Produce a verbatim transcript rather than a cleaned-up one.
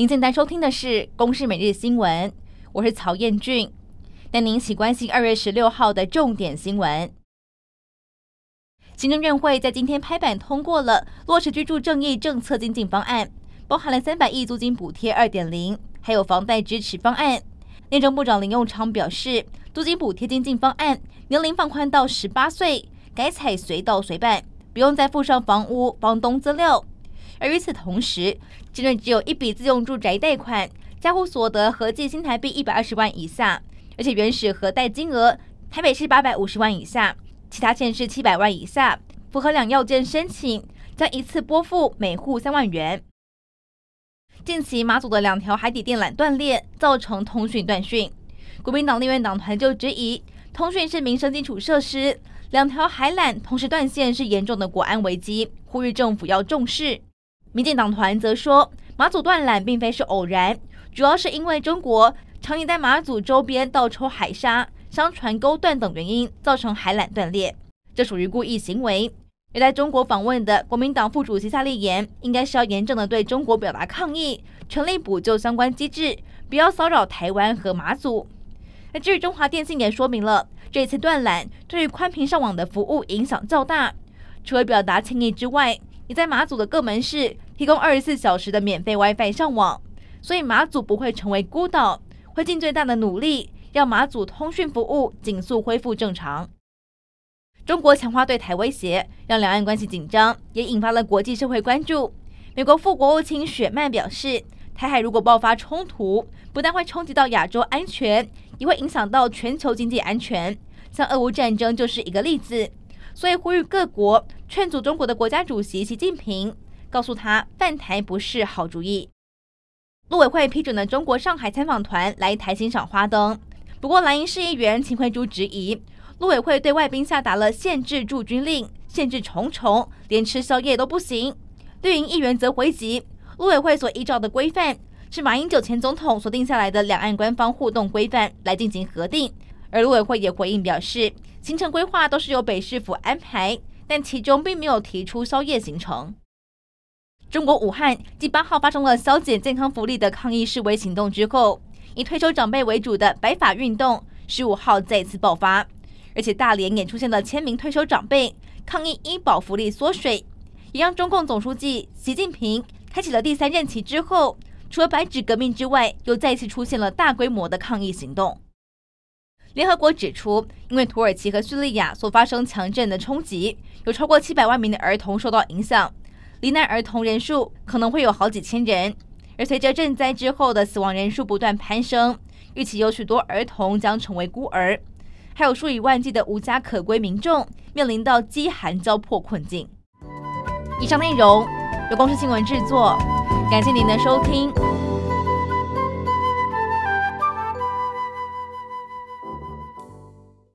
您现在收听的是《公视每日新闻》，我是曹彦俊，带您一起关心二月十六号的重点新闻。行政院会在今天拍板通过了落实居住正义政策精进方案，包含了三百亿租金补贴 二点零， 还有房贷支持方案。内政部长林右昌表示，租金补贴精进方案年龄放宽到十八岁，改采随到随办，不用再附上房屋房东资料。而与此同时，针对只有一笔自用住宅贷款，家户所得合计新台币一百二十万以下，而且原始核贷金额台北市八百五十万以下，其他县市七百万以下，符合两要件申请，将一次拨付每户三万元。近期马祖的两条海底电缆断裂，造成通讯断讯，国民党立院党团就质疑，通讯是民生基础设施，两条海缆同时断线是严重的国安危机，呼吁政府要重视。民进党团则说，马祖断缆并非是偶然，主要是因为中国常年在马祖周边倒抽海沙、商船钩断等原因，造成海缆断裂，这属于故意行为。而在中国访问的国民党副主席夏立言，应该是要严正的对中国表达抗议，全力补救相关机制，不要骚扰台湾和马祖。而至于中华电信也说明了，这一次断缆对于宽频上网的服务影响较大，除了表达歉意之外，也在马祖的各门市提供二十四小时的免费 WiFi 上网，所以马祖不会成为孤岛，会尽最大的努力让马祖通讯服务紧速恢复正常。中国强化对台威胁，让两岸关系紧张，也引发了国际社会关注。美国副国务卿雪曼表示，台海如果爆发冲突，不但会冲击到亚洲安全，也会影响到全球经济安全，像俄乌战争就是一个例子。所以呼吁各国劝阻中国的国家主席习近平，告诉他犯台不是好主意。陆委会批准了中国上海参访团来台欣赏花灯，不过蓝营市议员秦慧珠质疑，陆委会对外宾下达了限制驻军令，限制重重，连吃宵夜都不行。绿营议员则回击，陆委会所依照的规范是马英九前总统所定下来的两岸官方互动规范来进行核定。而陆委会也回应表示，行程规划都是由北市府安排，但其中并没有提出宵夜行程。中国武汉继八号发生了削减健康福利的抗议示威行动之后，以退休长辈为主的白发运动十五号再次爆发，而且大连也出现了千名退休长辈抗议医保福利缩水，也让中共总书记习近平开启了第三任期之后，除了白纸革命之外，又再次出现了大规模的抗议行动。联合国指出，因为土耳其和叙利亚所发生强震的冲击，有超过七百万名的儿童受到影响，罹难儿童人数可能会有好几千人。而随着震灾之后的死亡人数不断攀升，预期有许多儿童将成为孤儿，还有数以万计的无家可归民众面临到饥寒交迫困境。以上内容由公视新闻制作，感谢您的收听。